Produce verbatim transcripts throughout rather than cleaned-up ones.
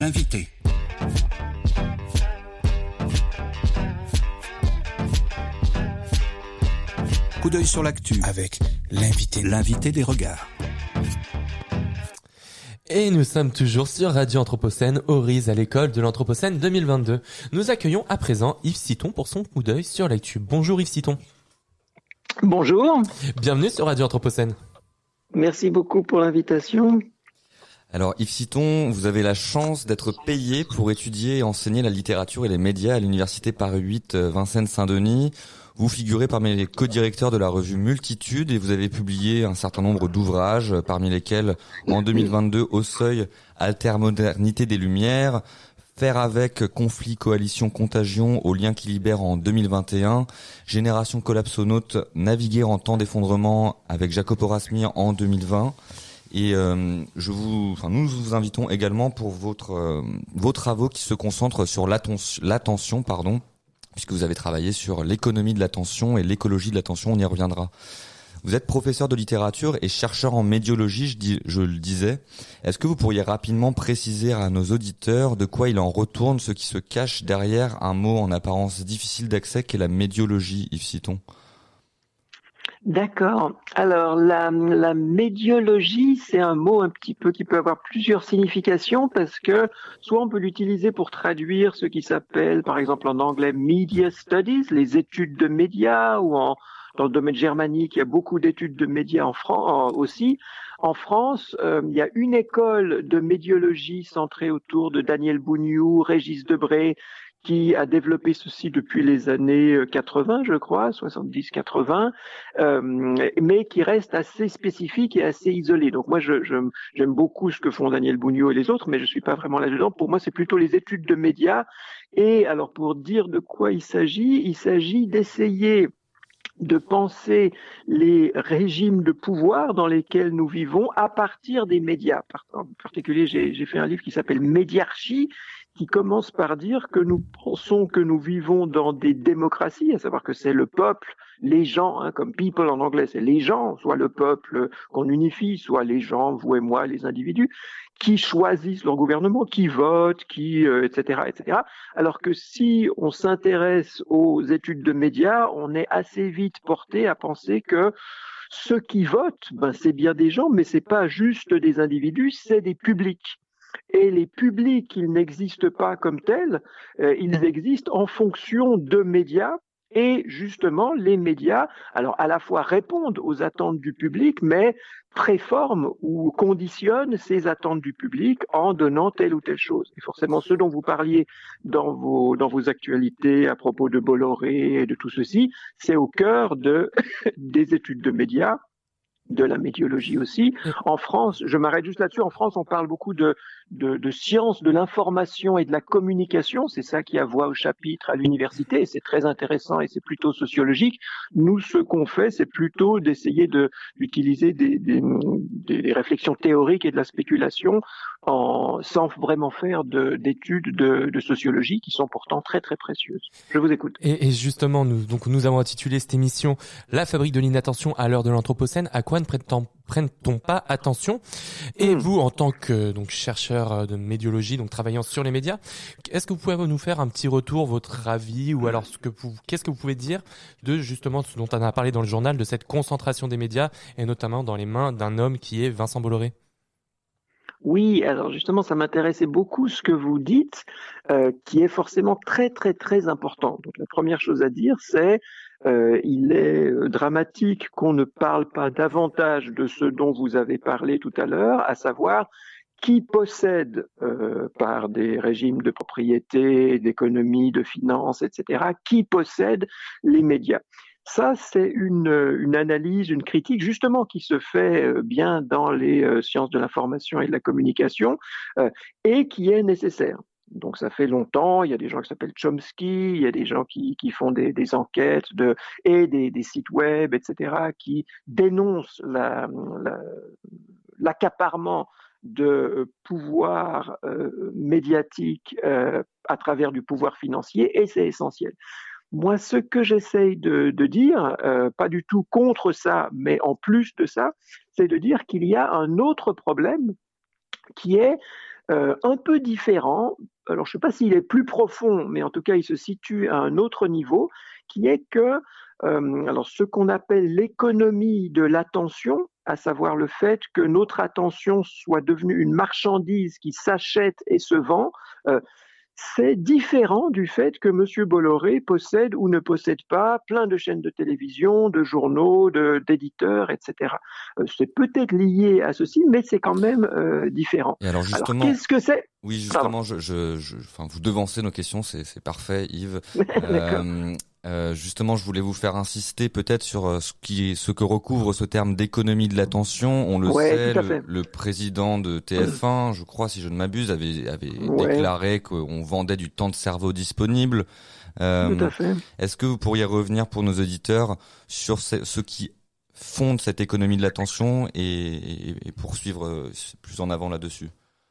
L'invité. Coup d'œil sur l'actu avec l'invité, l'invité des regards. Et nous sommes toujours sur Radio Anthropocène, Oriz à l'école de l'Anthropocène deux mille vingt-deux. Nous accueillons à présent Yves Citon pour son coup d'œil sur l'actu. Bonjour Yves Citon. Bonjour. Bienvenue sur Radio Anthropocène. Merci beaucoup pour l'invitation. Alors Yves Citon, vous avez la chance d'être payé pour étudier et enseigner la littérature et les médias à l'université Paris huit Vincennes-Saint-Denis. Vous figurez parmi les co-directeurs de la revue Multitude et vous avez publié un certain nombre d'ouvrages, parmi lesquels en deux mille vingt-deux Au Seuil, Altermodernité des Lumières, Faire avec, Conflit, Coalition, Contagion, Au lien qui libère en deux mille vingt et un, Génération collapsonaute, Naviguer en temps d'effondrement avec Jacopo Rasmi en deux mille vingt. Et euh, je vous, enfin nous vous invitons également pour votre euh, vos travaux qui se concentrent sur l'attention, l'attention, pardon, puisque vous avez travaillé sur l'économie de l'attention et l'écologie de l'attention. On y reviendra. Vous êtes professeur de littérature et chercheur en médiologie, je, dis, je le disais. Est-ce que vous pourriez rapidement préciser à nos auditeurs de quoi il en retourne, ce qui se cache derrière un mot en apparence difficile d'accès qu'est la médiologie, Yves Citon? D'accord. Alors, la, la médiologie, c'est un mot un petit peu qui peut avoir plusieurs significations parce que soit on peut l'utiliser pour traduire ce qui s'appelle, par exemple en anglais, media studies, les études de médias, ou en, dans le domaine germanique, il y a beaucoup d'études de médias en France aussi. En France, euh, il y a une école de médiologie centrée autour de Daniel Bougnoux, Régis Debray, qui a développé ceci depuis les années quatre-vingts, je crois, soixante-dix quatre-vingts, euh, mais qui reste assez spécifique et assez isolé. Donc moi, je, je, j'aime beaucoup ce que font Daniel Bougnoux et les autres, mais je suis pas vraiment là-dedans. Pour moi, c'est plutôt les études de médias. Et alors, pour dire de quoi il s'agit, il s'agit d'essayer de penser les régimes de pouvoir dans lesquels nous vivons à partir des médias. En particulier, j'ai, j'ai fait un livre qui s'appelle Médiarchie, qui commence par dire que nous pensons que nous vivons dans des démocraties, à savoir que c'est le peuple, les gens, hein, comme people en anglais, c'est les gens, soit le peuple qu'on unifie, soit les gens, vous et moi, les individus, qui choisissent leur gouvernement, qui votent, qui, euh, et cetera, et cetera. Alors que si on s'intéresse aux études de médias, on est assez vite porté à penser que ceux qui votent, ben c'est bien des gens, mais c'est pas juste des individus, c'est des publics. Et les publics, ils n'existent pas comme tels, euh, ils existent en fonction de médias. Et justement, les médias, alors à la fois répondent aux attentes du public, mais préforment ou conditionnent ces attentes du public en donnant telle ou telle chose. Et forcément, ce dont vous parliez dans vos, dans vos actualités à propos de Bolloré et de tout ceci, c'est au cœur de, des études de médias, de la médiologie aussi. En France, je m'arrête juste là-dessus, en France, on parle beaucoup de, de, de sciences de l'information et de la communication. C'est ça qui a voix au chapitre à l'université et c'est très intéressant et c'est plutôt sociologique. Nous, ce qu'on fait, c'est plutôt d'essayer de, d'utiliser des, des, des, des réflexions théoriques et de la spéculation en, sans vraiment faire de, d'études de, de sociologie qui sont pourtant très très précieuses. Je vous écoute. Et, et justement, nous, donc, nous avons intitulé cette émission La fabrique de l'inattention à l'heure de l'Anthropocène. À quoi ne prête-t-on, prête-t-on pas attention? Et mmh. vous, en tant que donc chercheur de médiologie, donc travaillant sur les médias, est-ce que vous pouvez nous faire un petit retour, votre avis, ou alors ce que vous, qu'est-ce que vous pouvez dire de justement ce dont on a parlé dans le journal, de cette concentration des médias, et notamment dans les mains d'un homme qui est Vincent Bolloré? Oui, alors justement, ça m'intéressait beaucoup ce que vous dites, euh, qui est forcément très très très important. Donc la première chose à dire, c'est euh, il est dramatique qu'on ne parle pas davantage de ce dont vous avez parlé tout à l'heure, à savoir qui possède euh, par des régimes de propriété, d'économie, de finance, et cetera, qui possède les médias. Ça, c'est une, une analyse, une critique justement qui se fait bien dans les euh, sciences de l'information et de la communication euh, et qui est nécessaire. Donc ça fait longtemps, il y a des gens qui s'appellent Chomsky, il y a des gens qui, qui font des, des enquêtes de, et des, des sites web, et cetera, qui dénoncent la, la, l'accaparement de pouvoir euh, médiatique euh, à travers du pouvoir financier, et c'est essentiel. Moi, ce que j'essaye de, de dire, euh, pas du tout contre ça, mais en plus de ça, c'est de dire qu'il y a un autre problème qui est euh, un peu différent. Alors, je ne sais pas s'il est plus profond, mais en tout cas, il se situe à un autre niveau, qui est que euh, alors, ce qu'on appelle l'économie de l'attention, à savoir le fait que notre attention soit devenue une marchandise qui s'achète et se vend, euh, c'est différent du fait que M. Bolloré possède ou ne possède pas plein de chaînes de télévision, de journaux, de, d'éditeurs, et cetera. Euh, c'est peut-être lié à ceci, mais c'est quand même euh, différent. Et alors justement, alors, qu'est-ce que c'est? Oui, justement, je, je, je, enfin, vous devancez nos questions, c'est, c'est parfait, Yves. euh, euh, justement, je voulais vous faire insister peut-être sur ce qui, ce que recouvre ce terme d'économie de l'attention. On le ouais, sait, le, le président de T F un, je crois, si je ne m'abuse, avait, avait ouais. déclaré qu'on vendait du temps de cerveau disponible. Euh, Tout à fait. Est-ce que vous pourriez revenir pour nos auditeurs sur ce, ce qui fonde cette économie de l'attention et, et, et poursuivre plus en avant là-dessus?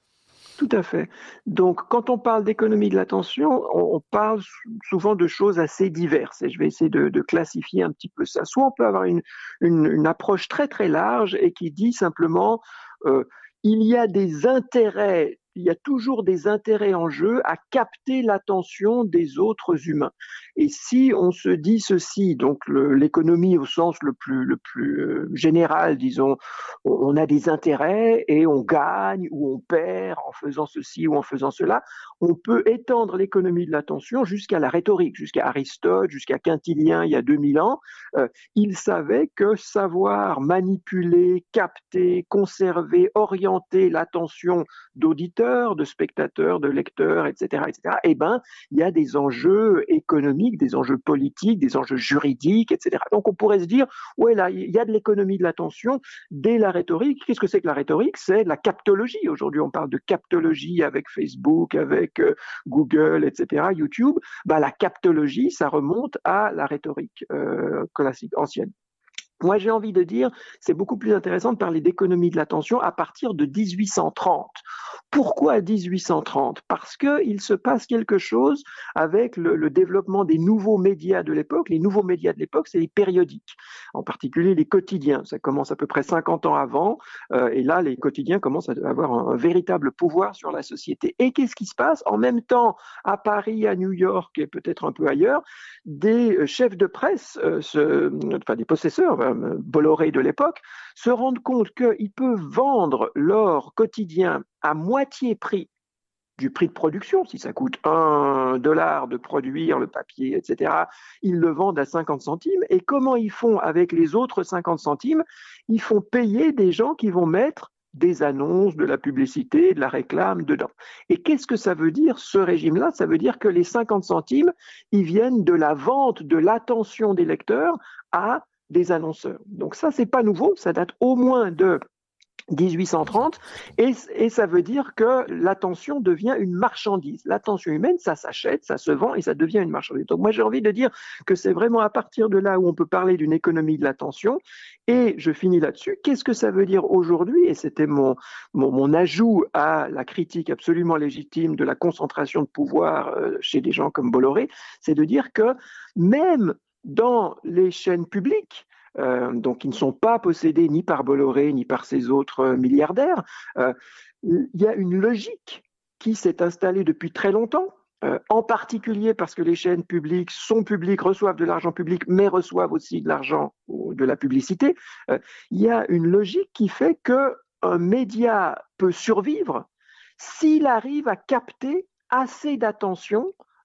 Tout à fait. Donc, quand on parle d'économie de l'attention, on, on parle souvent de choses assez diverses. Et je vais essayer de, de classifier un petit peu ça. Soit on peut avoir une, une, une approche très très large et qui dit simplement euh, il y a des intérêts. Il y a toujours des intérêts en jeu à capter l'attention des autres humains. Et si on se dit ceci, donc le, l'économie au sens le plus, le plus euh, général, disons, on, on a des intérêts et on gagne ou on perd en faisant ceci ou en faisant cela, on peut étendre l'économie de l'attention jusqu'à la rhétorique, jusqu'à Aristote, jusqu'à Quintilien il y a deux mille ans. Euh, il savait que savoir manipuler, capter, conserver, orienter l'attention d'auditeurs, de spectateurs, de lecteurs, et cetera, et cetera, eh ben, il y a des enjeux économiques, des enjeux politiques, des enjeux juridiques, et cetera. Donc, on pourrait se dire, ouais, là, il y a de l'économie de l'attention dès la rhétorique. Qu'est-ce que c'est que la rhétorique? C'est la captologie. Aujourd'hui, on parle de captologie avec Facebook, avec euh, Google, et cetera, YouTube. Bah, la captologie, ça remonte à la rhétorique euh, classique, ancienne. Moi, j'ai envie de dire, c'est beaucoup plus intéressant de parler d'économie de l'attention à partir de dix-huit cent trente. Pourquoi dix-huit cent trente? Parce qu'il se passe quelque chose avec le, le développement des nouveaux médias de l'époque. Les nouveaux médias de l'époque, c'est les périodiques, en particulier les quotidiens. Ça commence à peu près cinquante ans avant, euh, et là, les quotidiens commencent à avoir un, un véritable pouvoir sur la société. Et qu'est-ce qui se passe? En même temps, à Paris, à New York et peut-être un peu ailleurs, des chefs de presse, euh, se, enfin des possesseurs, euh, Bolloré de l'époque, se rendent compte qu'ils peuvent vendre leur quotidien à moitié prix du prix de production. Si ça coûte un dollar de produire le papier, et cetera, ils le vendent à cinquante centimes. Et comment ils font avec les autres cinquante centimes? Ils font payer des gens qui vont mettre des annonces, de la publicité, de la réclame dedans. Et qu'est-ce que ça veut dire, ce régime-là? Ça veut dire que les cinquante centimes, ils viennent de la vente de l'attention des lecteurs à des annonceurs. Donc ça, c'est pas nouveau, ça date au moins de dix-huit cent trente, et, et ça veut dire que l'attention devient une marchandise. L'attention humaine, ça s'achète, ça se vend et ça devient une marchandise. Donc moi, j'ai envie de dire que c'est vraiment à partir de là où on peut parler d'une économie de l'attention. Et je finis là-dessus. Qu'est-ce que ça veut dire aujourd'hui? Et c'était mon, mon, mon ajout à la critique absolument légitime de la concentration de pouvoir chez des gens comme Bolloré, c'est de dire que même dans les chaînes publiques, Euh, donc qui ne sont pas possédés ni par Bolloré ni par ses autres euh, milliardaires, euh, il y a une logique qui s'est installée depuis très longtemps, euh, en particulier parce que les chaînes publiques sont publiques, reçoivent de l'argent public, mais reçoivent aussi de l'argent ou de la publicité. Euh, il y a une logique qui fait qu'un média peut survivre s'il arrive à capter assez d'attention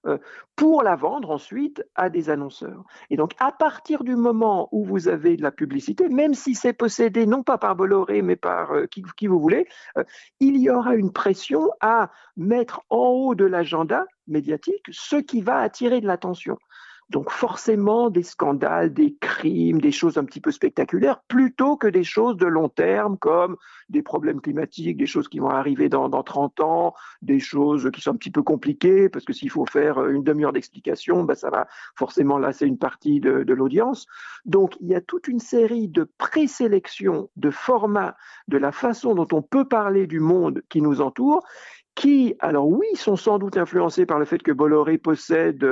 pour la vendre ensuite à des annonceurs. Et donc, à partir du moment où vous avez de la publicité, même si c'est possédé non pas par Bolloré, mais par euh, qui, qui vous voulez, euh, il y aura une pression à mettre en haut de l'agenda médiatique ce qui va attirer de l'attention. Donc forcément des scandales, des crimes, des choses un petit peu spectaculaires, plutôt que des choses de long terme comme des problèmes climatiques, des choses qui vont arriver dans, dans trente ans, des choses qui sont un petit peu compliquées, parce que s'il faut faire une demi-heure d'explication, ben ça va forcément lasser une partie de, de l'audience. Donc il y a toute une série de présélections, de formats, de la façon dont on peut parler du monde qui nous entoure, qui, alors oui, sont sans doute influencés par le fait que Bolloré possède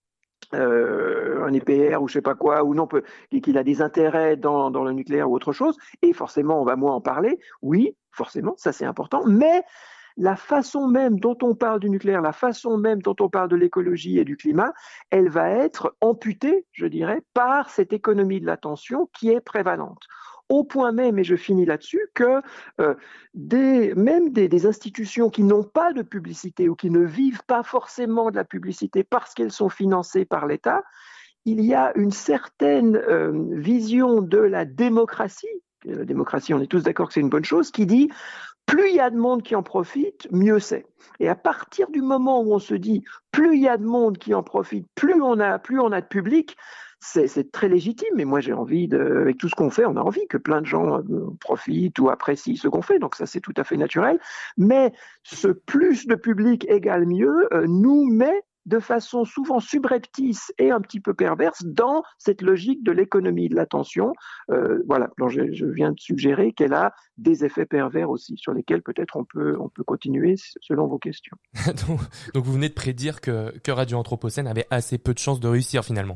Euh, un E P R ou je sais pas quoi, ou non, peut, qu'il a des intérêts dans, dans le nucléaire ou autre chose, et forcément on va moins en parler, oui, forcément, ça c'est important, mais la façon même dont on parle du nucléaire, la façon même dont on parle de l'écologie et du climat, elle va être amputée, je dirais, par cette économie de l'attention qui est prévalente. Au point même, et je finis là-dessus, que euh, des, même des, des institutions qui n'ont pas de publicité ou qui ne vivent pas forcément de la publicité parce qu'elles sont financées par l'État, il y a une certaine euh, vision de la démocratie, et la démocratie, on est tous d'accord que c'est une bonne chose, qui dit plus il y a de monde qui en profite, mieux c'est. Et à partir du moment où on se dit plus il y a de monde qui en profite, plus on a, plus on a de public, c'est, c'est très légitime. Et moi, j'ai envie, de, avec tout ce qu'on fait, on a envie que plein de gens euh, profitent ou apprécient ce qu'on fait. Donc ça, c'est tout à fait naturel. Mais ce plus de public égale mieux euh, nous met de façon souvent subreptice et un petit peu perverse dans cette logique de l'économie de l'attention. Euh, voilà, donc je, je viens de suggérer qu'elle a des effets pervers aussi, sur lesquels peut-être on peut, on peut continuer selon vos questions. donc, donc vous venez de prédire que, que Radio Anthropocène avait assez peu de chances de réussir finalement.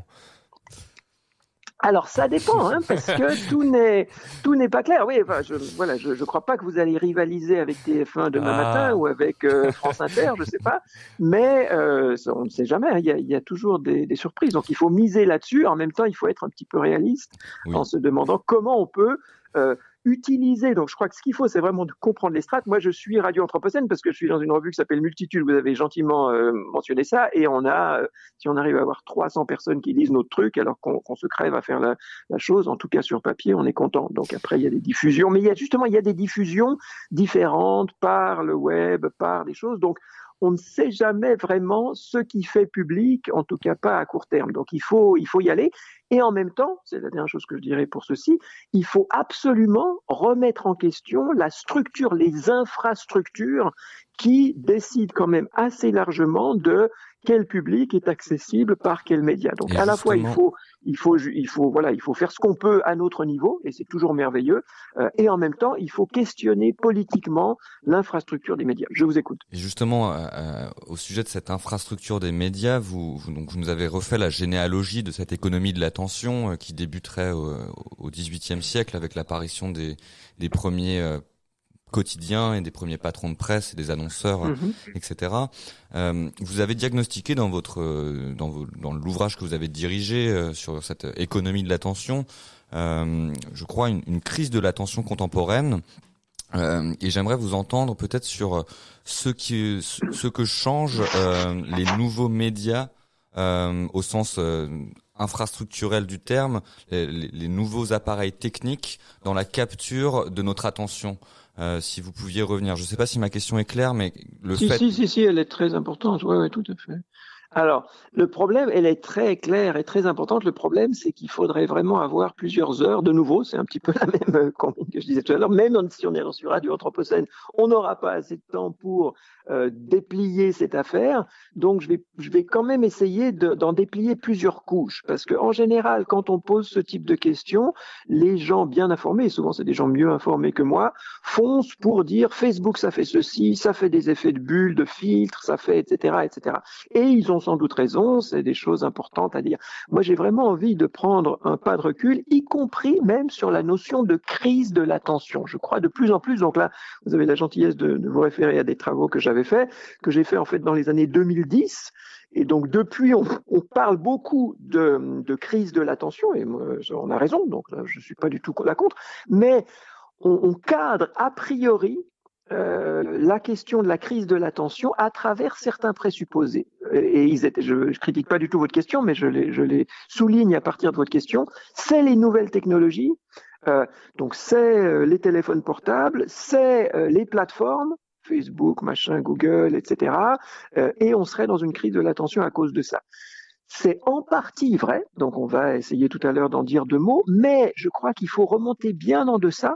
Alors ça dépend, hein, parce que tout n'est tout n'est pas clair. Oui, enfin, je voilà, je je crois pas que vous allez rivaliser avec T F un demain ah. matin ou avec euh, France Inter, je sais pas. Mais euh, on ne sait jamais. Hein, il y a il y a toujours des, des surprises. Donc il faut miser là-dessus. En même temps, il faut être un petit peu réaliste oui. en se demandant comment on peut euh, utiliser. Donc je crois que ce qu'il faut, c'est vraiment de comprendre les strates. Moi, je suis Radio Anthropocène parce que je suis dans une revue qui s'appelle Multitude. Vous avez gentiment euh, mentionné ça. Et on a, euh, si on arrive à avoir trois cents personnes qui lisent notre truc, alors qu'on, qu'on se crève à faire la, la chose, en tout cas sur papier, on est content. Donc après, il y a des diffusions. Mais il y a justement, il y a des diffusions différentes par le web, par des choses. Donc on ne sait jamais vraiment ce qui fait public, en tout cas pas à court terme. Donc il faut, il faut y aller. Et en même temps, c'est la dernière chose que je dirais pour ceci, il faut absolument remettre en question la structure, les infrastructures qui décident quand même assez largement de quel public est accessible par quel média. Donc et à la fois il faut, il faut, il faut, voilà, il faut faire ce qu'on peut à notre niveau, et c'est toujours merveilleux. Euh, et en même temps, il faut questionner politiquement l'infrastructure des médias. Je vous écoute. Et justement, euh, au sujet de cette infrastructure des médias, vous, vous, donc, vous nous avez refait la généalogie de cette économie de l'attention euh, qui débuterait au, au dix-huitième siècle avec l'apparition des, des premiers euh, quotidiens et des premiers patrons de presse et des annonceurs, mmh. et cetera. Euh, vous avez diagnostiqué dans votre dans, vos, dans l'ouvrage que vous avez dirigé euh, sur cette économie de l'attention, euh, je crois une, une crise de l'attention contemporaine. Euh, et j'aimerais vous entendre peut-être sur ce qui ce que changent euh, les nouveaux médias euh, au sens euh, infrastructurel du terme, les, les nouveaux appareils techniques dans la capture de notre attention. Euh, si vous pouviez revenir. Je ne sais pas si ma question est claire, mais le si, fait... Si, si, si, elle est très importante. Oui, oui, tout à fait. Alors, le problème, elle est très claire et très importante. Le problème, c'est qu'il faudrait vraiment avoir plusieurs heures. De nouveau, c'est un petit peu la même combine que je disais tout à l'heure. Même si on est sur Radio Anthropocène, on n'aura pas assez de temps pour euh, déplier cette affaire. Donc, je vais, je vais quand même essayer de, d'en déplier plusieurs couches. Parce que, en général, quand on pose ce type de questions, les gens bien informés, et souvent c'est des gens mieux informés que moi, foncent pour dire Facebook, ça fait ceci, ça fait des effets de bulles, de filtres, ça fait, et cetera, et cetera. Et ils ont sans doute raison, c'est des choses importantes à dire. Moi, j'ai vraiment envie de prendre un pas de recul, y compris même sur la notion de crise de l'attention. Je crois de plus en plus, donc là, vous avez la gentillesse de, de vous référer à des travaux que j'avais faits, que j'ai fait en fait dans les années deux mille dix. Et donc depuis, on, on parle beaucoup de, de crise de l'attention, et moi, on a raison, donc là, je ne suis pas du tout la contre, mais on, on cadre a priori Euh, la question de la crise de l'attention à travers certains présupposés. Et ils étaient, je ne critique pas du tout votre question, mais je les, je les souligne à partir de votre question. C'est les nouvelles technologies, euh, donc c'est euh, les téléphones portables, c'est euh, les plateformes, Facebook, machin, Google, et cetera. Euh, et on serait dans une crise de l'attention à cause de ça. C'est en partie vrai, donc on va essayer tout à l'heure d'en dire deux mots, mais je crois qu'il faut remonter bien en deçà.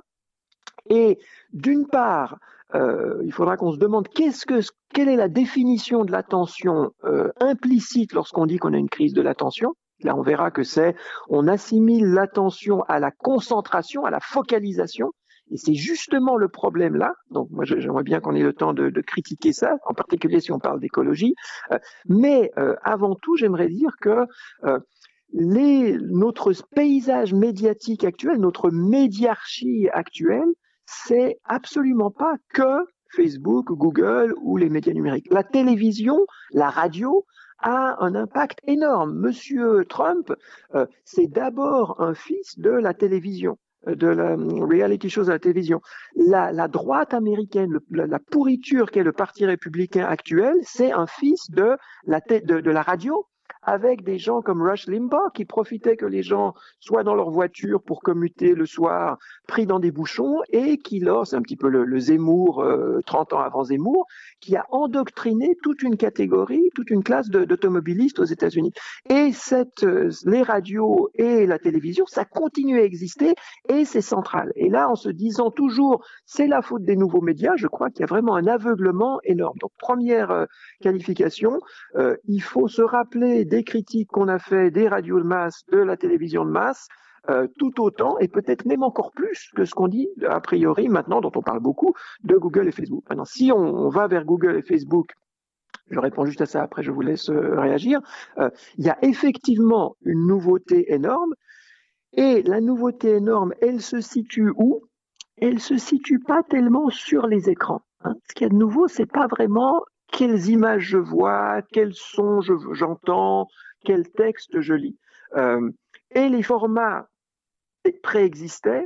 Et d'une part, euh, il faudra qu'on se demande qu'est-ce que, quelle est la définition de l'attention euh, implicite lorsqu'on dit qu'on a une crise de l'attention. Là, on verra que c'est, on assimile l'attention à la concentration, à la focalisation. Et c'est justement le problème là. Donc moi, j'aimerais bien qu'on ait le temps de, de critiquer ça, en particulier si on parle d'écologie. Euh, mais euh, avant tout, j'aimerais dire que euh, les, notre paysage médiatique actuel, notre médiarchie actuelle, c'est absolument pas que Facebook, Google ou les médias numériques. La télévision, la radio a un impact énorme. Monsieur Trump, euh, c'est d'abord un fils de la télévision, de la reality shows à la télévision. La, la droite américaine, le, la, la pourriture qu'est le Parti républicain actuel, c'est un fils de la, de, de la radio, avec des gens comme Rush Limbaugh qui profitaient que les gens soient dans leur voiture pour commuter le soir, pris dans des bouchons, et qui, là, c'est un petit peu le, le Zemmour, euh, trente ans avant Zemmour, qui a endoctriné toute une catégorie, toute une classe de, d'automobilistes aux États-Unis. Et cette, euh, les radios et la télévision, ça continue à exister et c'est central. Et là, en se disant toujours, c'est la faute des nouveaux médias, je crois qu'il y a vraiment un aveuglement énorme. Donc, première euh, qualification, euh, il faut se rappeler des critiques qu'on a fait des radios de masse, de la télévision de masse, euh, tout autant et peut-être même encore plus que ce qu'on dit a priori maintenant, dont on parle beaucoup, de Google et Facebook. Maintenant, si on, on va vers Google et Facebook, je réponds juste à ça, après je vous laisse euh, réagir, euh, il y a effectivement une nouveauté énorme et la nouveauté énorme, elle se situe où? Elle se situe pas tellement sur les écrans. Hein. Ce qu'il y a de nouveau, c'est pas vraiment quelles images je vois, quels sons je, j'entends, quel texte je lis. Euh, et les formats préexistaient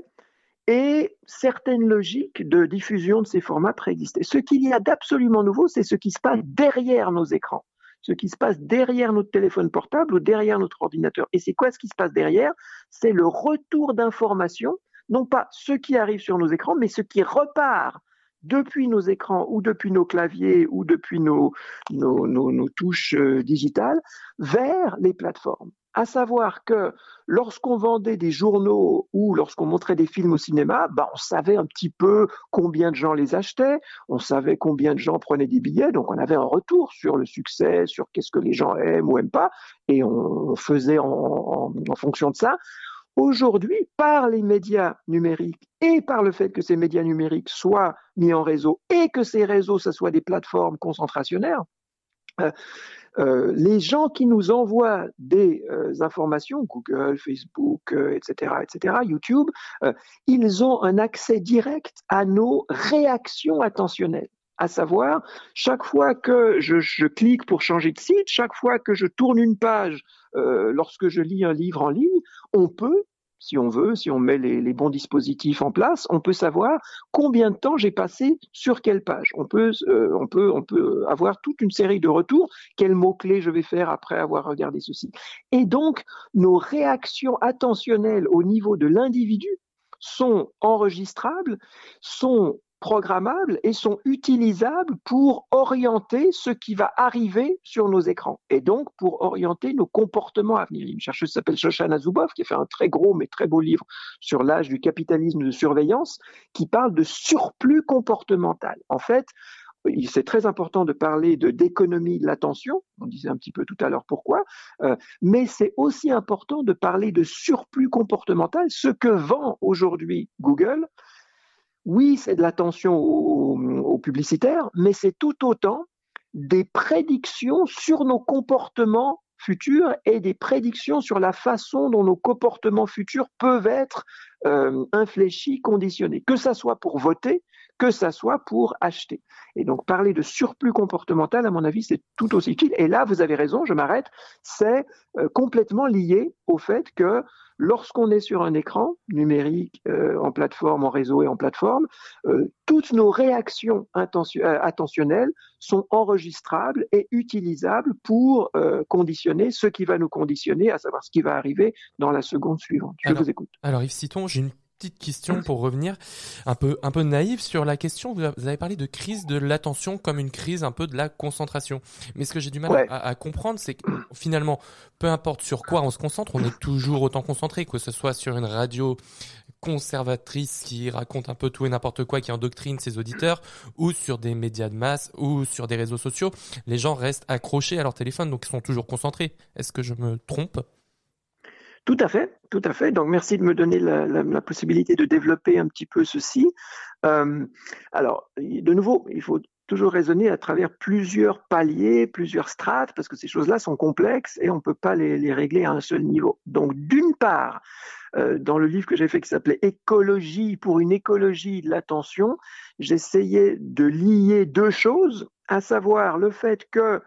et certaines logiques de diffusion de ces formats préexistaient. Ce qu'il y a d'absolument nouveau, c'est ce qui se passe derrière nos écrans, ce qui se passe derrière notre téléphone portable ou derrière notre ordinateur. Et c'est quoi ce qui se passe derrière? C'est le retour d'informations, non pas ce qui arrive sur nos écrans, mais ce qui repart depuis nos écrans ou depuis nos claviers ou depuis nos, nos, nos, nos touches euh, digitales vers les plateformes. À savoir que lorsqu'on vendait des journaux ou lorsqu'on montrait des films au cinéma, bah on savait un petit peu combien de gens les achetaient, on savait combien de gens prenaient des billets, donc on avait un retour sur le succès, sur qu'est-ce que les gens aiment ou aiment pas, et on faisait en, en, en fonction de ça. Aujourd'hui, par les médias numériques et par le fait que ces médias numériques soient mis en réseau et que ces réseaux, ce soient des plateformes concentrationnaires, euh, euh, les gens qui nous envoient des euh, informations, Google, Facebook, euh, et cetera, et cetera, YouTube, euh, ils ont un accès direct à nos réactions attentionnelles. À savoir, chaque fois que je, je clique pour changer de site, chaque fois que je tourne une page, euh, lorsque je lis un livre en ligne, on peut, si on veut, si on met les, les bons dispositifs en place, on peut savoir combien de temps j'ai passé sur quelle page. On peut, euh, on peut, on peut avoir toute une série de retours, quels mots-clés je vais faire après avoir regardé ceci. Et donc, nos réactions attentionnelles au niveau de l'individu sont enregistrables, sont programmables et sont utilisables pour orienter ce qui va arriver sur nos écrans et donc pour orienter nos comportements à venir. Il y a une chercheuse qui s'appelle Shoshana Zuboff qui a fait un très gros mais très beau livre sur l'âge du capitalisme de surveillance qui parle de surplus comportemental. En fait, c'est très important de parler de, d'économie de l'attention, on disait un petit peu tout à l'heure pourquoi, euh, mais c'est aussi important de parler de surplus comportemental, ce que vend aujourd'hui Google. Oui, c'est de l'attention aux, aux publicitaires, mais c'est tout autant des prédictions sur nos comportements futurs et des prédictions sur la façon dont nos comportements futurs peuvent être euh, infléchis, conditionnés, que ça soit pour voter, que ça soit pour acheter. Et donc, parler de surplus comportemental, à mon avis, c'est tout aussi utile. Et là, vous avez raison, je m'arrête, c'est euh, complètement lié au fait que lorsqu'on est sur un écran numérique, euh, en plateforme, en réseau et en plateforme, euh, toutes nos réactions intention- euh, attentionnelles sont enregistrables et utilisables pour euh, conditionner ce qui va nous conditionner, à savoir ce qui va arriver dans la seconde suivante. Je alors, vous écoute. Alors Yves Citon, j'ai une petite question pour revenir un peu un peu naïve sur la question. Vous avez parlé de crise de l'attention comme une crise un peu de la concentration. Mais ce que j'ai du mal ouais. à, à comprendre, c'est que finalement, peu importe sur quoi on se concentre, on est toujours autant concentré, que ce soit sur une radio conservatrice qui raconte un peu tout et n'importe quoi, qui endoctrine ses auditeurs, ou sur des médias de masse, ou sur des réseaux sociaux. Les gens restent accrochés à leur téléphone, donc ils sont toujours concentrés. Est-ce que je me trompe ? Tout à fait, tout à fait. Donc, merci de me donner la, la, la possibilité de développer un petit peu ceci. Euh, alors, de nouveau, il faut toujours raisonner à travers plusieurs paliers, plusieurs strates, parce que ces choses-là sont complexes et on ne peut pas les, les régler à un seul niveau. Donc, d'une part, euh, dans le livre que j'ai fait qui s'appelait « Écologie pour une écologie de l'attention », j'essayais de lier deux choses, à savoir le fait que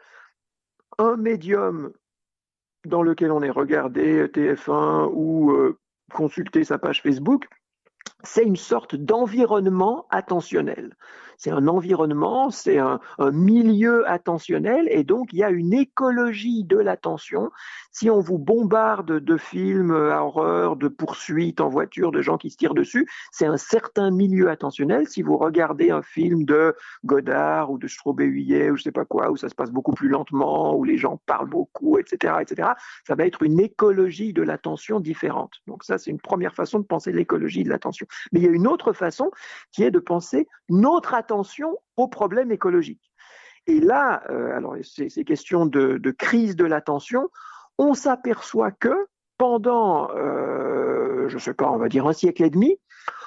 un médium dans lequel on est regardé T F un ou euh, consulter sa page Facebook, c'est une sorte d'environnement attentionnel. C'est un environnement, c'est un, un milieu attentionnel et donc il y a une écologie de l'attention. Si on vous bombarde de films à horreur, de poursuites en voiture, de gens qui se tirent dessus, c'est un certain milieu attentionnel. Si vous regardez un film de Godard ou de Straub-Huillet ou je sais pas quoi, où ça se passe beaucoup plus lentement, où les gens parlent beaucoup, et cetera, et cetera, ça va être une écologie de l'attention différente. Donc ça, c'est une première façon de penser l'écologie de l'attention. Mais il y a une autre façon qui est de penser notre attention aux problèmes écologiques. Et là, euh, alors ces, ces questions de, de crise de l'attention, on s'aperçoit que pendant, euh, je ne sais pas, on va dire un siècle et demi,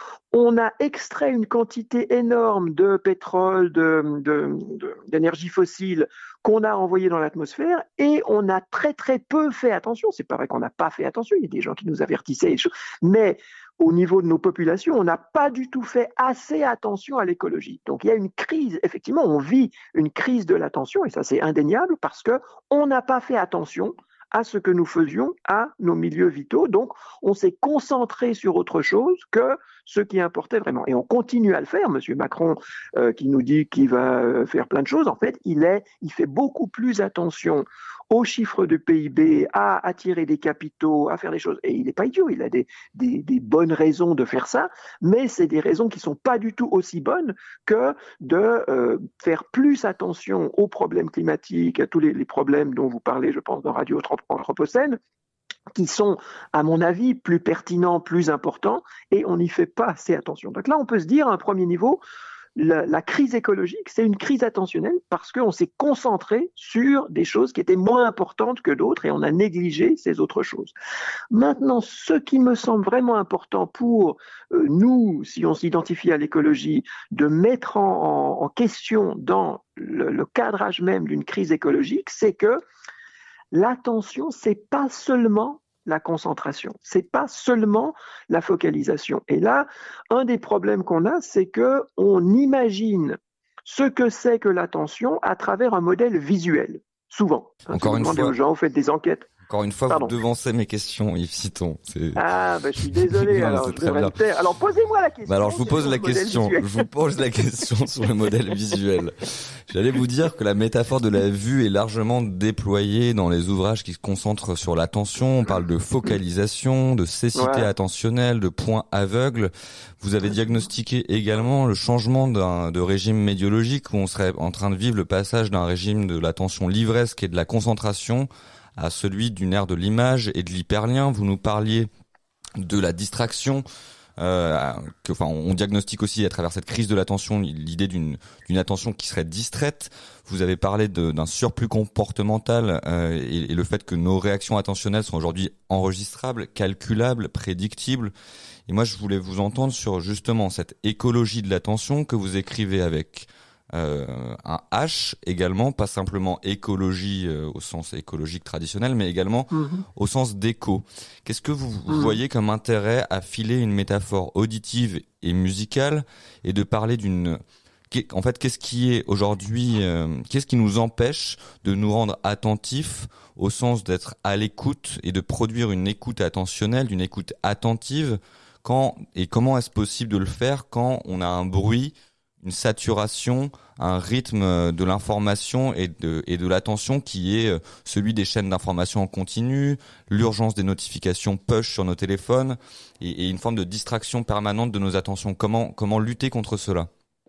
on a extrait une quantité énorme de pétrole, de, de, de, d'énergie fossile qu'on a envoyé dans l'atmosphère et on a très très peu fait attention. C'est pas vrai qu'on n'a pas fait attention, il y a des gens qui nous avertissaient, mais au niveau de nos populations, on n'a pas du tout fait assez attention à l'écologie. Donc il y a une crise, effectivement, on vit une crise de l'attention et ça c'est indéniable parce que on n'a pas fait attention à ce que nous faisions à nos milieux vitaux. Donc, on s'est concentré sur autre chose que ce qui importait vraiment. Et on continue à le faire. Monsieur Macron, euh, qui nous dit qu'il va faire plein de choses, en fait, il est, il fait beaucoup plus attention aux chiffres de P I B, à attirer des capitaux, à faire des choses. Et il n'est pas idiot, il a des, des, des bonnes raisons de faire ça, mais c'est des raisons qui ne sont pas du tout aussi bonnes que de euh, faire plus attention aux problèmes climatiques, à tous les, les problèmes dont vous parlez, je pense, dans Radio Anthropocène, qui sont, à mon avis, plus pertinents, plus importants, et on n'y fait pas assez attention. Donc là, on peut se dire, à un premier niveau, La, la crise écologique, c'est une crise attentionnelle parce qu'on s'est concentré sur des choses qui étaient moins importantes que d'autres et on a négligé ces autres choses. Maintenant, ce qui me semble vraiment important pour euh, nous, si on s'identifie à l'écologie, de mettre en, en, en question dans le, le cadrage même d'une crise écologique, c'est que l'attention, c'est pas seulement la concentration, c'est pas seulement la focalisation. Et là, un des problèmes qu'on a, c'est que on imagine ce que c'est que l'attention à travers un modèle visuel, souvent. Encore une fois, aux gens, vous faites des enquêtes. Encore une fois, Pardon. Vous devancez mes questions, Yves Citon. C'est... Ah, ben, je suis désolé. non, alors, c'est je très bien. faire. Alors, posez-moi la question. Bah alors, je vous pose la question. Je vous pose la question sur le modèle visuel. J'allais vous dire que la métaphore de la vue est largement déployée dans les ouvrages qui se concentrent sur l'attention. On parle de focalisation, de cécité ouais. attentionnelle, de point aveugle. Vous avez diagnostiqué également le changement d'un, de régime médiologique où on serait en train de vivre le passage d'un régime de l'attention livresque et de la concentration à celui d'une ère de l'image et de l'hyperlien. Vous nous parliez de la distraction, euh, que, enfin, on diagnostique aussi à travers cette crise de l'attention l'idée d'une, d'une attention qui serait distraite. Vous avez parlé de, d'un surplus comportemental euh, et, et le fait que nos réactions attentionnelles sont aujourd'hui enregistrables, calculables, prédictibles. Et moi, je voulais vous entendre sur justement cette écologie de l'attention que vous écrivez avec Euh, un H également, pas simplement écologie euh, au sens écologique traditionnel, mais également mmh. au sens d'écho. Qu'est-ce que vous, vous mmh. voyez comme intérêt à filer une métaphore auditive et musicale et de parler d'une... En fait, qu'est-ce qui est aujourd'hui, euh, qu'est-ce qui nous empêche de nous rendre attentifs au sens d'être à l'écoute et de produire une écoute attentionnelle, une écoute attentive quand, et comment est-ce possible de le faire quand on a un bruit, une saturation, un rythme de l'information et de, et de l'attention qui est celui des chaînes d'information en continu, l'urgence des notifications push sur nos téléphones et, et une forme de distraction permanente de nos attentions. Comment, comment lutter contre cela ?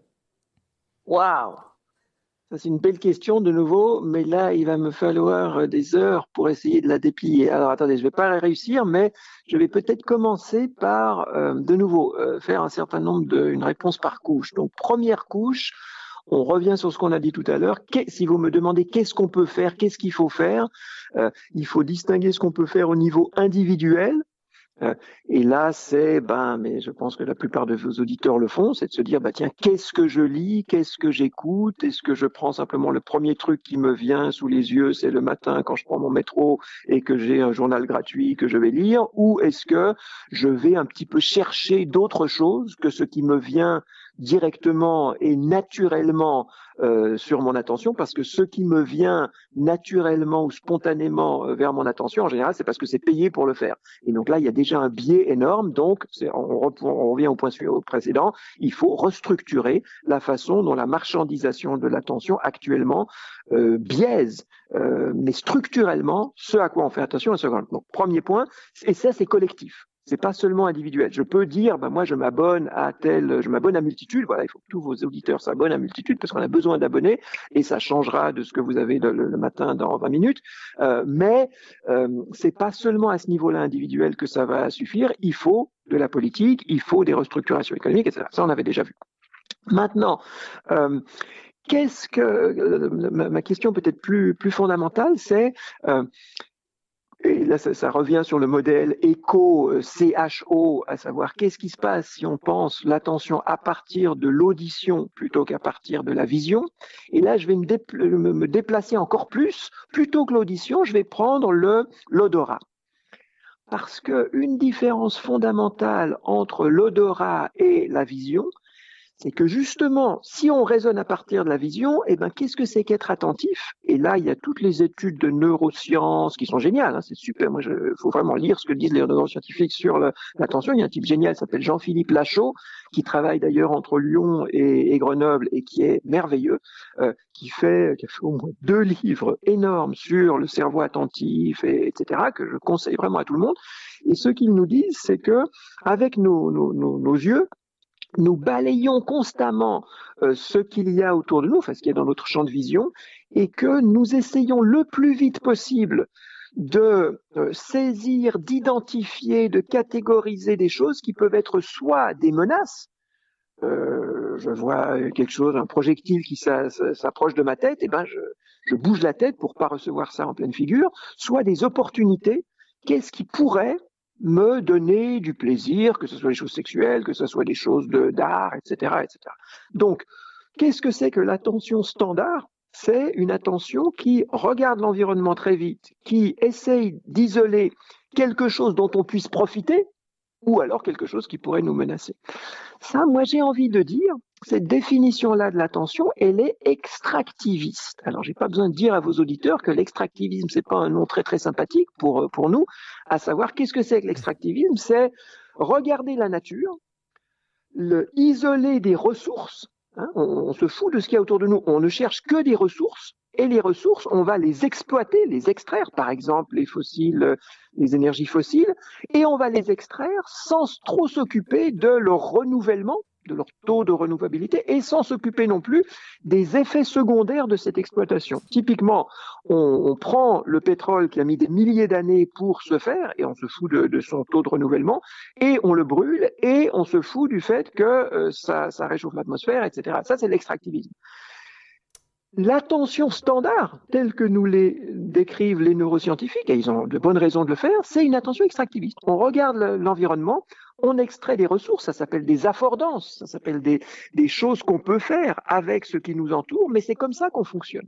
Waouh ! Ça, c'est une belle question de nouveau, mais là, il va me falloir des heures pour essayer de la déplier. Alors, attendez, je vais pas réussir, mais je vais peut-être commencer par, euh, de nouveau, euh, faire un certain nombre de, une réponse par couche. Donc, première couche, on revient sur ce qu'on a dit tout à l'heure. Si vous me demandez qu'est-ce qu'on peut faire, qu'est-ce qu'il faut faire, euh, il faut distinguer ce qu'on peut faire au niveau individuel, Euh, et là, c'est, ben, mais je pense que la plupart de vos auditeurs le font, c'est de se dire, bah tiens, qu'est-ce que je lis, qu'est-ce que j'écoute, est-ce que je prends simplement le premier truc qui me vient sous les yeux, c'est le matin quand je prends mon métro et que j'ai un journal gratuit que je vais lire, ou est-ce que je vais un petit peu chercher d'autres choses que ce qui me vient directement et naturellement euh, sur mon attention, parce que ce qui me vient naturellement ou spontanément euh, vers mon attention, en général, c'est parce que c'est payé pour le faire. Et donc là, il y a déjà un biais énorme. Donc, c'est, on, on revient au point précédent, il faut restructurer la façon dont la marchandisation de l'attention actuellement euh, biaise, euh, mais structurellement, ce à quoi on fait attention. Donc, premier point, et ça, c'est collectif. C'est pas seulement individuel. Je peux dire, ben moi, je m'abonne à tel, je m'abonne à Multitude. Voilà, il faut que tous vos auditeurs s'abonnent à Multitude parce qu'on a besoin d'abonnés et ça changera de ce que vous avez le, le matin dans vingt minutes. Euh, mais euh, c'est pas seulement à ce niveau-là individuel que ça va suffire. Il faut de la politique, il faut des restructurations économiques, et cetera. Ça, on avait déjà vu. Maintenant. Euh, Qu'est-ce que euh, ma, ma question peut-être plus plus fondamentale, c'est euh, et là, ça, ça revient sur le modèle écho C H O, à savoir qu'est-ce qui se passe si on pense l'attention à partir de l'audition plutôt qu'à partir de la vision. Et là, je vais me, dépl- me déplacer encore plus. Plutôt que l'audition, je vais prendre le l'odorat. Parce qu'une différence fondamentale entre l'odorat et la vision, c'est que justement, si on raisonne à partir de la vision, eh ben, qu'est-ce que c'est qu'être attentif? Et là, il y a toutes les études de neurosciences qui sont géniales, hein, c'est super. Moi, il faut vraiment lire ce que disent les neuroscientifiques sur le, l'attention. Il y a un type génial, qui s'appelle Jean-Philippe Lachaud, qui travaille d'ailleurs entre Lyon et, et Grenoble et qui est merveilleux, euh, qui fait, qui a fait au moins deux livres énormes sur le cerveau attentif, et, etc., que je conseille vraiment à tout le monde. Et ce qu'ils nous disent, c'est que avec nos, nos, nos, nos yeux, nous balayons constamment euh, ce qu'il y a autour de nous, enfin ce qu'il y a dans notre champ de vision, et que nous essayons le plus vite possible de euh, saisir, d'identifier, de catégoriser des choses qui peuvent être soit des menaces, euh, je vois quelque chose, un projectile qui s'a, s'approche de ma tête, et ben je, je bouge la tête pour pas recevoir ça en pleine figure, soit des opportunités, qu'est-ce qui pourrait me donner du plaisir, que ce soit des choses sexuelles, que ce soit des choses de, d'art, et cetera, et cetera. Donc, qu'est-ce que c'est que l'attention standard? C'est une attention qui regarde l'environnement très vite, qui essaye d'isoler quelque chose dont on puisse profiter, ou alors quelque chose qui pourrait nous menacer. Ça, moi, j'ai envie de dire, cette définition-là de l'attention, elle est extractiviste. Alors, j'ai pas besoin de dire à vos auditeurs que l'extractivisme, c'est pas un nom très très sympathique pour pour nous. À savoir, qu'est-ce que c'est que l'extractivisme? C'est regarder la nature, le isoler des ressources. Hein, on, on se fout de ce qu'il y a autour de nous. On ne cherche que des ressources. Et les ressources, on va les exploiter, les extraire, par exemple les fossiles, les énergies fossiles, et on va les extraire sans trop s'occuper de leur renouvellement, de leur taux de renouvelabilité, et sans s'occuper non plus des effets secondaires de cette exploitation. Typiquement, on, on prend le pétrole qui a mis des milliers d'années pour se faire, et on se fout de, de son taux de renouvellement, et on le brûle, et on se fout du fait que euh, ça, ça réchauffe l'atmosphère, et cetera. Ça, c'est l'extractivisme. L'attention standard, telle que nous les décrivent les neuroscientifiques, et ils ont de bonnes raisons de le faire, c'est une attention extractiviste. On regarde l'environnement, on extrait des ressources, ça s'appelle des affordances, ça s'appelle des, des choses qu'on peut faire avec ce qui nous entoure, mais c'est comme ça qu'on fonctionne.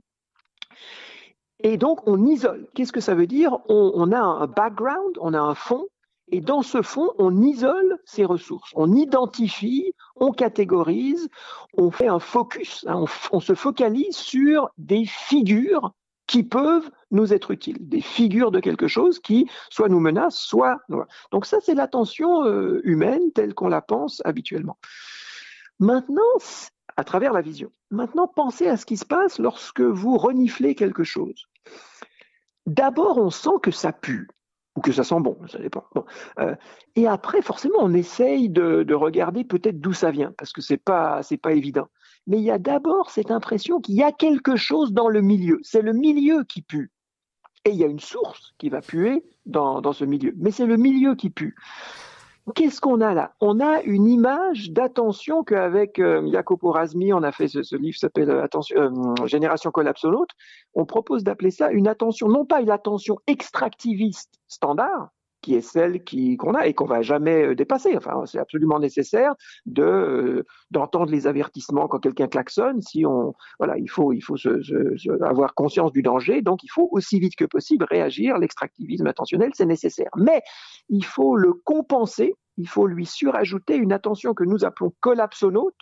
Et donc, on isole. Qu'est-ce que ça veut dire? on, on a un background, on a un fond, et dans ce fond, on isole ces ressources. On identifie, on catégorise, on fait un focus, hein, on, on se focalise sur des figures qui peuvent nous être utiles, des figures de quelque chose qui soit nous menacent, soit... Donc ça, c'est l'attention euh, humaine telle qu'on la pense habituellement. Maintenant, à travers la vision, maintenant, pensez à ce qui se passe lorsque vous reniflez quelque chose. D'abord, on sent que ça pue. Ou que ça sent bon, ça dépend. Bon. Euh, et après, forcément, on essaye de, de regarder peut-être d'où ça vient, parce que c'est pas, c'est pas évident. Mais il y a d'abord cette impression qu'il y a quelque chose dans le milieu. C'est le milieu qui pue. Et il y a une source qui va puer dans, dans ce milieu. Mais c'est le milieu qui pue. Qu'est-ce qu'on a là? On a une image d'attention qu'avec euh, Jacopo Razmi, on a fait ce, ce livre qui s'appelle attention, euh, Génération collapsolote. On propose d'appeler ça une attention, non pas une attention extractiviste standard, qui est celle qui, qu'on a et qu'on va jamais dépasser. Enfin, c'est absolument nécessaire de, euh, d'entendre les avertissements quand quelqu'un klaxonne. Si on, voilà, il faut, il faut se, se, se, avoir conscience du danger. Donc, il faut aussi vite que possible réagir. L'extractivisme attentionnel, c'est nécessaire. Mais il faut le compenser. Il faut lui surajouter une attention que nous appelons collapsonaute.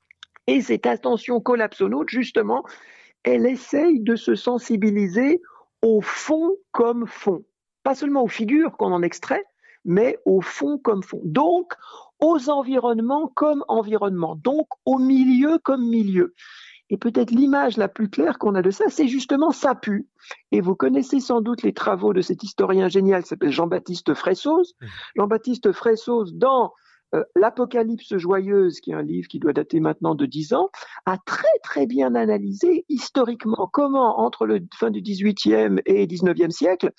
Et cette attention collapsonaute, justement, elle essaye de se sensibiliser au fond comme fond. Pas seulement aux figures qu'on en extrait, mais au fond comme fond. Donc, aux environnements comme environnement. Donc, au milieu comme milieu. Et peut-être l'image la plus claire qu'on a de ça, c'est justement ça pue. Et vous connaissez sans doute les travaux de cet historien génial qui s'appelle Jean-Baptiste Fressoz. Mmh. Jean-Baptiste Fressoz, dans euh, L'Apocalypse joyeuse, qui est un livre qui doit dater maintenant de dix ans, a très très bien analysé historiquement comment, entre le fin du dix-huitième et dix-neuvième siècle,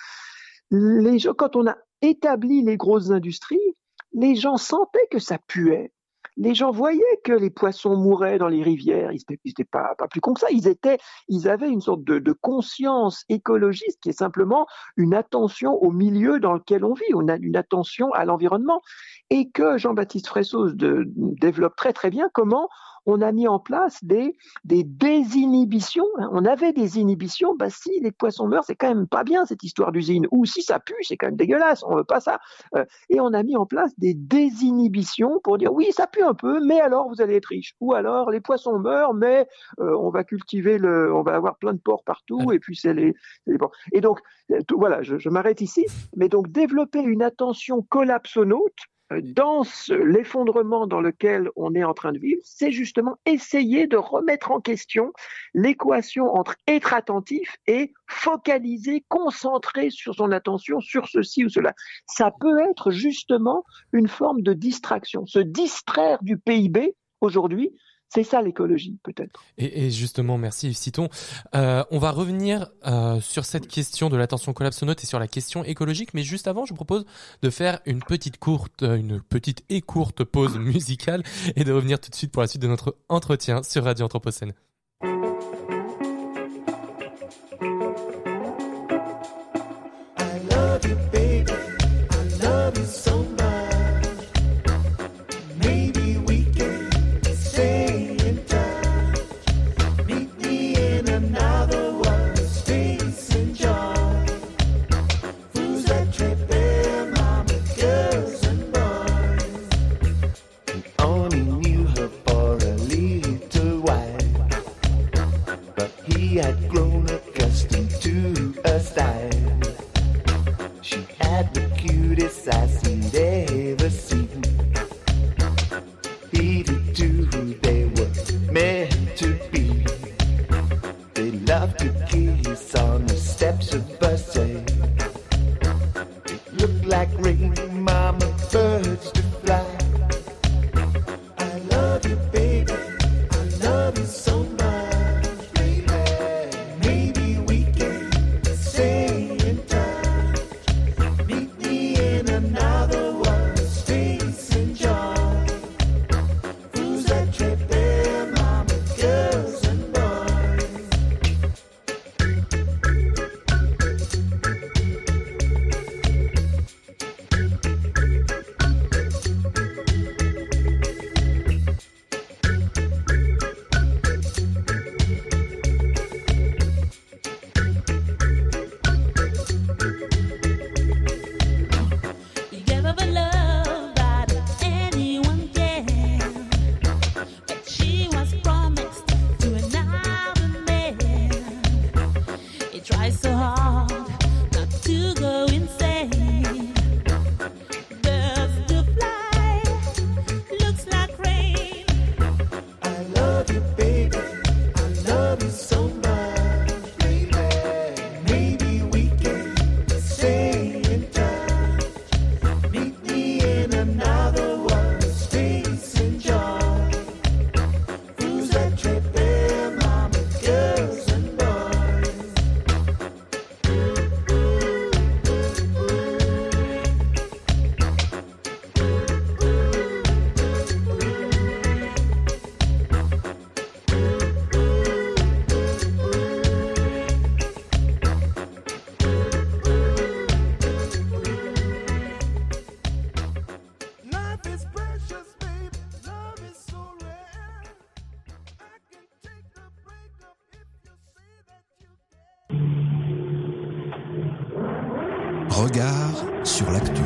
les gens, quand on a établi les grosses industries, les gens sentaient que ça puait. Les gens voyaient que les poissons mouraient dans les rivières. Ils n'étaient pas, pas plus con que ça. Ils, étaient, ils avaient une sorte de, de conscience écologiste qui est simplement une attention au milieu dans lequel on vit, on a une attention à l'environnement. Et que Jean-Baptiste Fressoz de, développe très très bien comment on a mis en place des, des désinhibitions. On avait des inhibitions. Bah, si les poissons meurent, c'est quand même pas bien cette histoire d'usine. Ou si ça pue, c'est quand même dégueulasse. On veut pas ça. Et on a mis en place des désinhibitions pour dire oui, ça pue un peu, mais alors vous allez être riche. Ou alors les poissons meurent, mais euh, on va cultiver le, on va avoir plein de porcs partout. Et puis c'est les, c'est les porcs. Et donc tout, voilà, je, je m'arrête ici. Mais donc développer une attention collapsonaute dans l'effondrement dans lequel on est en train de vivre, c'est justement essayer de remettre en question l'équation entre être attentif et focaliser, concentrer sur son attention sur ceci ou cela. Ça peut être justement une forme de distraction. Se distraire du P I B aujourd'hui, c'est ça l'écologie, peut-être. Et, et justement, merci Yves Citon. Euh, on va revenir euh, sur cette question de l'attention collapsonaute et sur la question écologique, mais juste avant, je vous propose de faire une petite courte, une petite et courte pause musicale et de revenir tout de suite pour la suite de notre entretien sur Radio Anthropocène. Regard sur l'actu.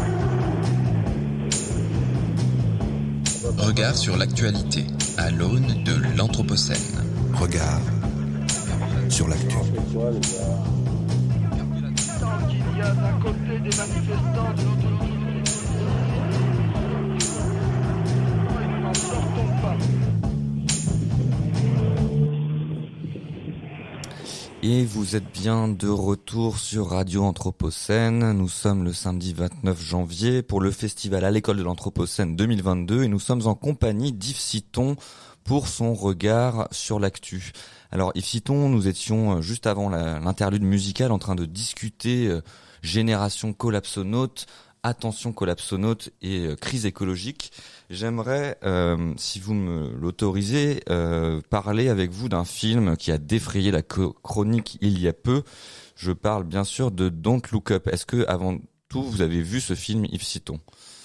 Regard sur l'actualité à l'aune de l'Anthropocène. Regard sur l'actu. Il y a d'un côté des manifestants, de l'autre côté. Nous n'en sortons pas. Et vous êtes bien de retour sur Radio Anthropocène. Nous sommes le samedi vingt-neuf janvier pour le festival à l'école de l'Anthropocène deux mille vingt-deux et nous sommes en compagnie d'Yves Citon pour son regard sur l'actu. Alors Yves Citon, nous étions juste avant la, l'interlude musicale en train de discuter euh, génération collapsonaute, attention collapsonaute et euh, crise écologique. J'aimerais, euh, si vous me l'autorisez, euh, parler avec vous d'un film qui a défrayé la co- chronique il y a peu. Je parle bien sûr de Don't Look Up. Est-ce que, avant tout, vous avez vu ce film, Yves Citon ?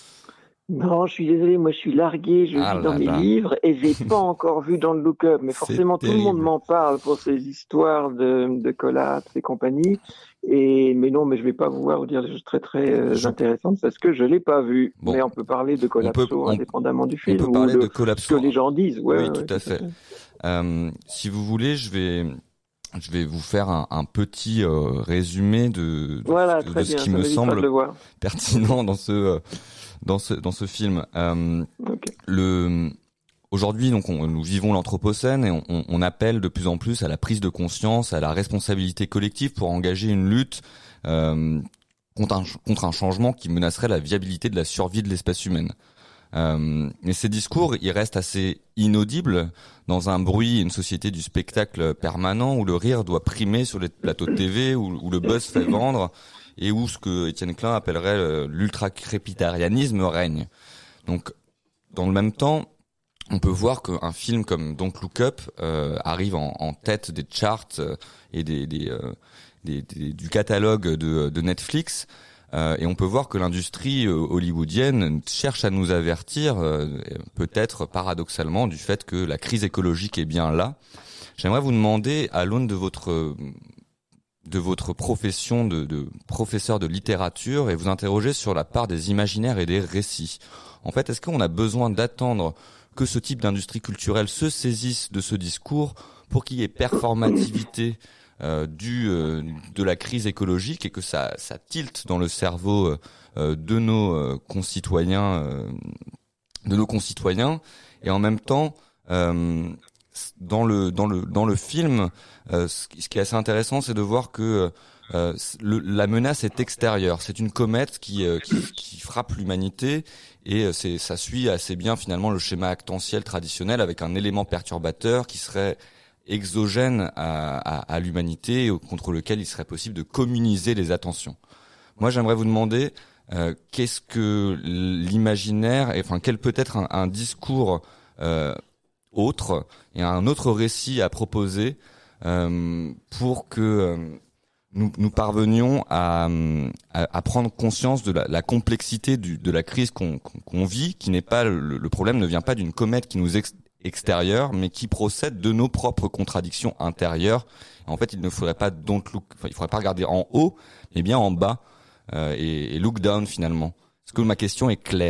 Non, je suis désolé, moi je suis largué, je Ah lis dans là mes là. livres et j'ai pas encore vu dans le look-up, mais C'est forcément tout le monde terrible. m'en parle pour ces histoires de, de collapse et compagnie. Et mais non, mais je vais pas pouvoir vous dire des choses très très euh, Je- intéressantes parce que je l'ai pas vu. Bon. Mais on peut parler de collapso peut- on- indépendamment du On film peut parler ou de de ce collapso. que les gens disent. Ouais, Oui, ouais, tout à fait. Euh, si vous voulez, je vais, je vais vous faire un, un petit euh, résumé de, de, Voilà, de très ce bien. qui ça me m'évitera de semble le voir. pertinent dans ce, euh, dans ce, dans ce film. Euh, Ok. le, aujourd'hui, donc, on, nous vivons l'Anthropocène et on, on, on appelle de plus en plus à la prise de conscience, à la responsabilité collective pour engager une lutte euh, contre, un, contre un changement qui menacerait la viabilité de la survie de l'espèce humaine. Euh, mais ces discours, ils restent assez inaudibles dans un bruit et une société du spectacle permanent où le rire doit primer sur les plateaux de T V, où, où le buzz fait vendre et où ce que Étienne Klein appellerait euh, l'ultra-crépitarianisme règne. Donc, dans le même temps, on peut voir qu'un film comme Don't Look Up euh, arrive en, en tête des charts euh, et des, des, euh, des, des, du catalogue de, de Netflix. Euh, et on peut voir que l'industrie euh, hollywoodienne cherche à nous avertir, euh, peut-être paradoxalement, du fait que la crise écologique est bien là. J'aimerais vous demander, à l'aune de votre de votre profession de, de professeur de littérature, et vous interroger sur la part des imaginaires et des récits. En fait, est-ce qu'on a besoin d'attendre que ce type d'industrie culturelle se saisisse de ce discours pour qu'il y ait performativité Euh, du euh, de la crise écologique et que ça ça tilte dans le cerveau euh, de nos euh, concitoyens euh, de nos concitoyens et en même temps euh, dans le dans le dans le film euh, ce qui ce qui est assez intéressant, c'est de voir que euh, le, la menace est extérieure. C'est une comète qui euh, qui, qui frappe l'humanité et euh, c'est ça suit assez bien finalement le schéma actantiel traditionnel avec un élément perturbateur qui serait exogène à, à, à l'humanité contre lequel il serait possible de communiser les attentions. Moi, j'aimerais vous demander euh, qu'est-ce que l'imaginaire, et enfin quel peut être un, un discours euh, autre et un autre récit à proposer euh, pour que euh, nous, nous parvenions à, à, à prendre conscience de la, la complexité du, de la crise qu'on, qu'on, qu'on vit, qui n'est pas le, le problème ne vient pas d'une comète qui nous ex, extérieure, mais qui procède de nos propres contradictions intérieures. En fait, il ne faudrait pas don't look, enfin, il faudrait pas regarder en haut, mais bien en bas euh, et, et look down finalement. Est-ce que ma question est claire ?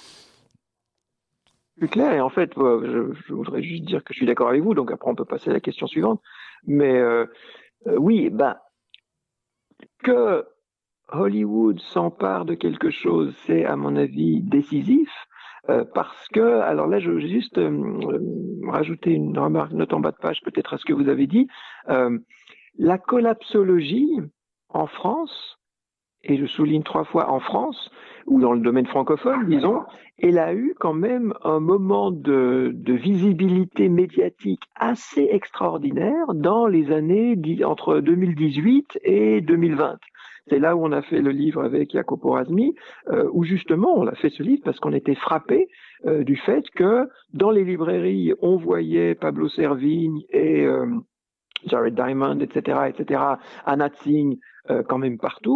Plus clair, et en fait, je, je voudrais juste dire que je suis d'accord avec vous, donc après on peut passer à la question suivante. Mais euh, euh, oui, ben que Hollywood s'empare de quelque chose, c'est à mon avis décisif. Euh, parce que, alors là, je vais juste euh, rajouter une remarque, note en bas de page, peut-être à ce que vous avez dit. Euh, la collapsologie en France, et je souligne trois fois en France, ou dans le domaine francophone, disons, elle a eu quand même un moment de, de visibilité médiatique assez extraordinaire dans les années entre deux mille dix-huit et deux mille vingt. C'est là où on a fait le livre avec Jacopo Razmi, euh, où justement on a fait ce livre parce qu'on était frappé euh, du fait que dans les librairies, on voyait Pablo Servigne et euh, Jared Diamond, et cetera, et cetera, Anna Tsing, euh, quand même partout.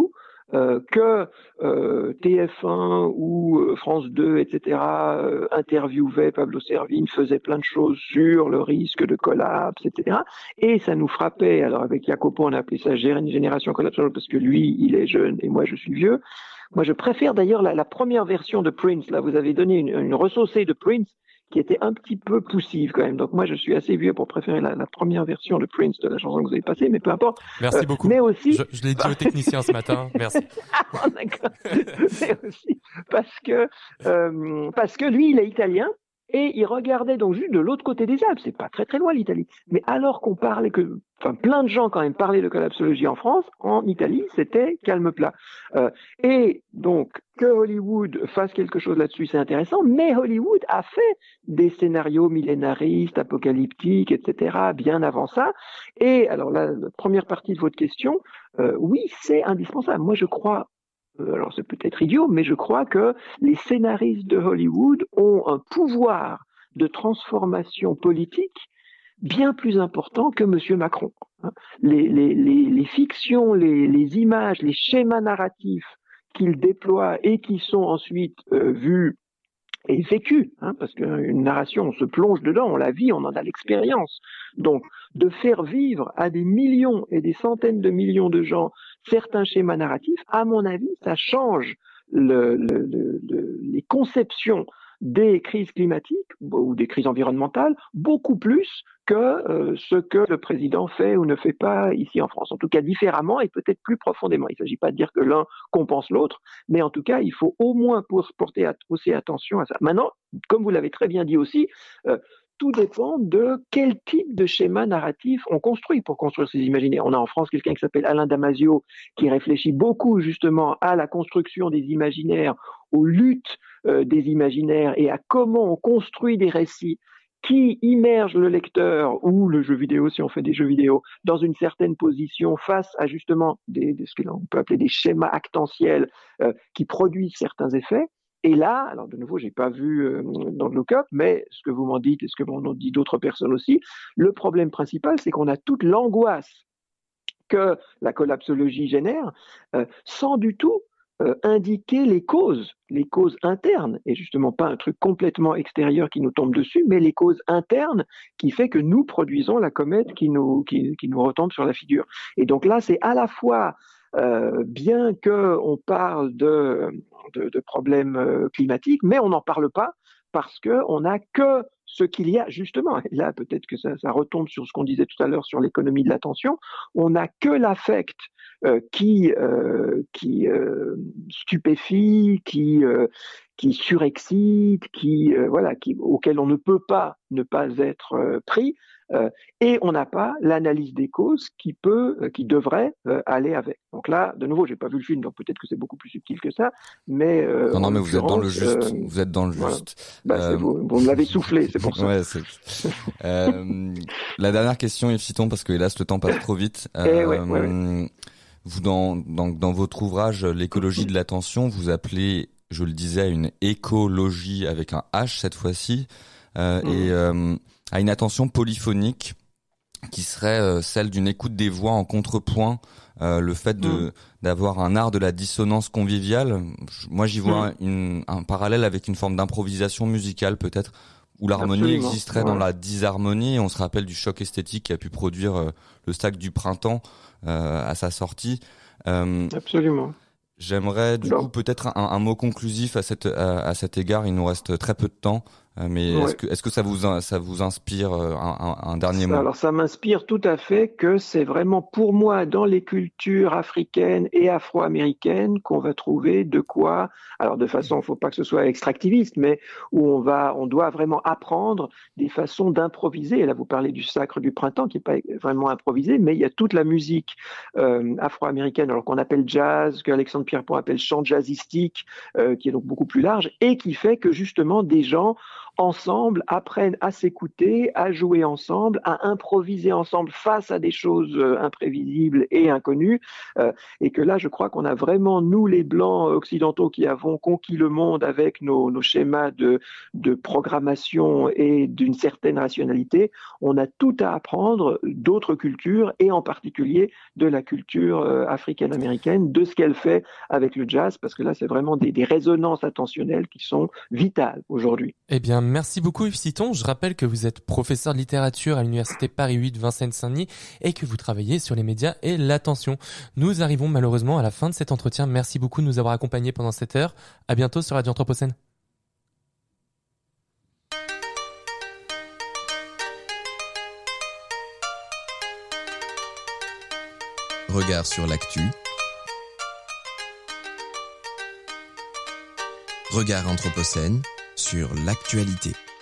euh, que euh, T F un ou euh, France deux, et cetera, euh, interviewaient Pablo Servigne, faisaient plein de choses sur le risque de collapse, et cetera. Et ça nous frappait. Alors avec Jacopo, on a appelé ça génération collapsable parce que lui, il est jeune et moi, je suis vieux. Moi, je préfère d'ailleurs la, la première version de Prince. Là, vous avez donné une, une ressaucée de Prince qui était un petit peu poussive quand même. Donc moi, je suis assez vieux pour préférer la, la première version de Prince de la chanson que vous avez passée, mais peu importe. Merci euh, beaucoup. Mais aussi, je, je l'ai dit au technicien ce matin. Merci. Ah, d'accord. Mais aussi parce que euh, parce que lui, il est italien. Et il regardait donc juste de l'autre côté des Alpes, c'est pas très très loin l'Italie. Mais alors qu'on parlait que, enfin plein de gens quand même parlaient de collapsologie en France, en Italie c'était calme plat. Euh, et donc que Hollywood fasse quelque chose là-dessus, c'est intéressant. Mais Hollywood a fait des scénarios millénaristes, apocalyptiques, et cetera bien avant ça. Et alors la, la première partie de votre question, euh, oui c'est indispensable. Moi je crois. Alors c'est peut-être idiot, mais je crois que les scénaristes de Hollywood ont un pouvoir de transformation politique bien plus important que Monsieur Macron. Les, les, les, les fictions, les, les images, les schémas narratifs qu'ils déploient et qui sont ensuite euh, vus et vécus, hein, parce qu'une narration, on se plonge dedans, on la vit, on en a l'expérience. Donc, de faire vivre à des millions et des centaines de millions de gens certains schémas narratifs, à mon avis, ça change le, le, le, le, les conceptions des crises climatiques ou des crises environnementales beaucoup plus que euh, ce que le président fait ou ne fait pas ici en France. En tout cas, différemment et peut-être plus profondément. Il ne s'agit pas de dire que l'un compense l'autre, mais en tout cas, il faut au moins pour porter aussi attention à ça. Maintenant, comme vous l'avez très bien dit aussi, euh, tout dépend de quel type de schéma narratif on construit pour construire ces imaginaires. On a en France quelqu'un qui s'appelle Alain Damasio qui réfléchit beaucoup justement à la construction des imaginaires, aux luttes euh, des imaginaires et à comment on construit des récits qui immergent le lecteur ou le jeu vidéo, si on fait des jeux vidéo, dans une certaine position face à justement des, des, ce qu'on peut appeler des schémas actentiels euh, qui produisent certains effets. Et là, alors de nouveau, j'ai pas vu euh, dans le look-up, mais ce que vous m'en dites et ce que m'en ont dit d'autres personnes aussi, le problème principal, c'est qu'on a toute l'angoisse que la collapsologie génère, euh, sans du tout euh, indiquer les causes, les causes internes, et justement pas un truc complètement extérieur qui nous tombe dessus, mais les causes internes qui fait que nous produisons la comète qui nous, qui, qui nous retombe sur la figure. Et donc là, c'est à la fois Euh, bien qu'on parle de, de, de problèmes euh, climatiques, mais on n'en parle pas parce qu'on n'a que ce qu'il y a justement, et là peut-être que ça, ça retombe sur ce qu'on disait tout à l'heure sur l'économie de l'attention, on n'a que l'affect euh, qui, euh, qui euh, stupéfie, qui, euh, qui surexcite, qui, euh, voilà, qui, auquel on ne peut pas ne pas être euh, pris, Euh, et on n'a pas l'analyse des causes qui peut, euh, qui devrait euh, aller avec. Donc là, de nouveau, j'ai pas vu le film, donc peut-être que c'est beaucoup plus subtil que ça, mais euh, non, non, mais vous êtes dans le juste. Euh, vous êtes dans le voilà. juste. Bah, euh... vous, vous me l'avez soufflé, c'est pour ça. Ouais, c'est... euh, la dernière question, Yves Citon, parce que hélas le temps passe trop vite. Euh, eh ouais, ouais, ouais. Vous dans, dans dans votre ouvrage L'écologie de l'attention, vous appelez, je le disais, à une écologie avec un H cette fois-ci, euh, mmh. et euh, à une attention polyphonique qui serait euh, celle d'une écoute des voix en contrepoint, euh, le fait de mmh. d'avoir un art de la dissonance conviviale. Moi, j'y vois mmh. une, un parallèle avec une forme d'improvisation musicale peut-être, où l'harmonie Absolument. existerait ouais. dans la disharmonie. On se rappelle du choc esthétique qui a pu produire euh, le Sac du printemps euh, à sa sortie. Euh, Absolument. J'aimerais du non. coup peut-être un, un mot conclusif à, cette, à, à cet égard. Il nous reste très peu de temps. Mais ouais. est-ce que est-ce que ça vous ça vous inspire un, un, un dernier mot? Alors ça m'inspire tout à fait que c'est vraiment pour moi dans les cultures africaines et afro-américaines qu'on va trouver de quoi, alors de façon, faut pas que ce soit extractiviste, mais où on va, on doit vraiment apprendre des façons d'improviser. Et là vous parlez du Sacre du printemps qui est pas vraiment improvisé, mais il y a toute la musique euh, afro-américaine, alors qu'on appelle jazz, que Alexandre Pierrepont appelle chant jazzistique, euh, qui est donc beaucoup plus large et qui fait que justement des gens ensemble, apprennent à s'écouter, à jouer ensemble, à improviser ensemble face à des choses euh, imprévisibles et inconnues. Euh, et que là, je crois qu'on a vraiment, nous les Blancs occidentaux qui avons conquis le monde avec nos, nos schémas de, de programmation et d'une certaine rationalité, on a tout à apprendre d'autres cultures et en particulier de la culture euh, africaine-américaine, de ce qu'elle fait avec le jazz, parce que là, c'est vraiment des, des résonances attentionnelles qui sont vitales aujourd'hui. Eh bien, merci beaucoup Yves Citon. Je rappelle que vous êtes professeur de littérature à l'université Paris huit Vincennes-Saint-Denis et que vous travaillez sur les médias et l'attention. Nous arrivons malheureusement à la fin de cet entretien. Merci beaucoup de nous avoir accompagnés pendant cette heure. À bientôt sur Radio Anthropocène. Regard sur l'actu. Regard Anthropocène sur l'actualité.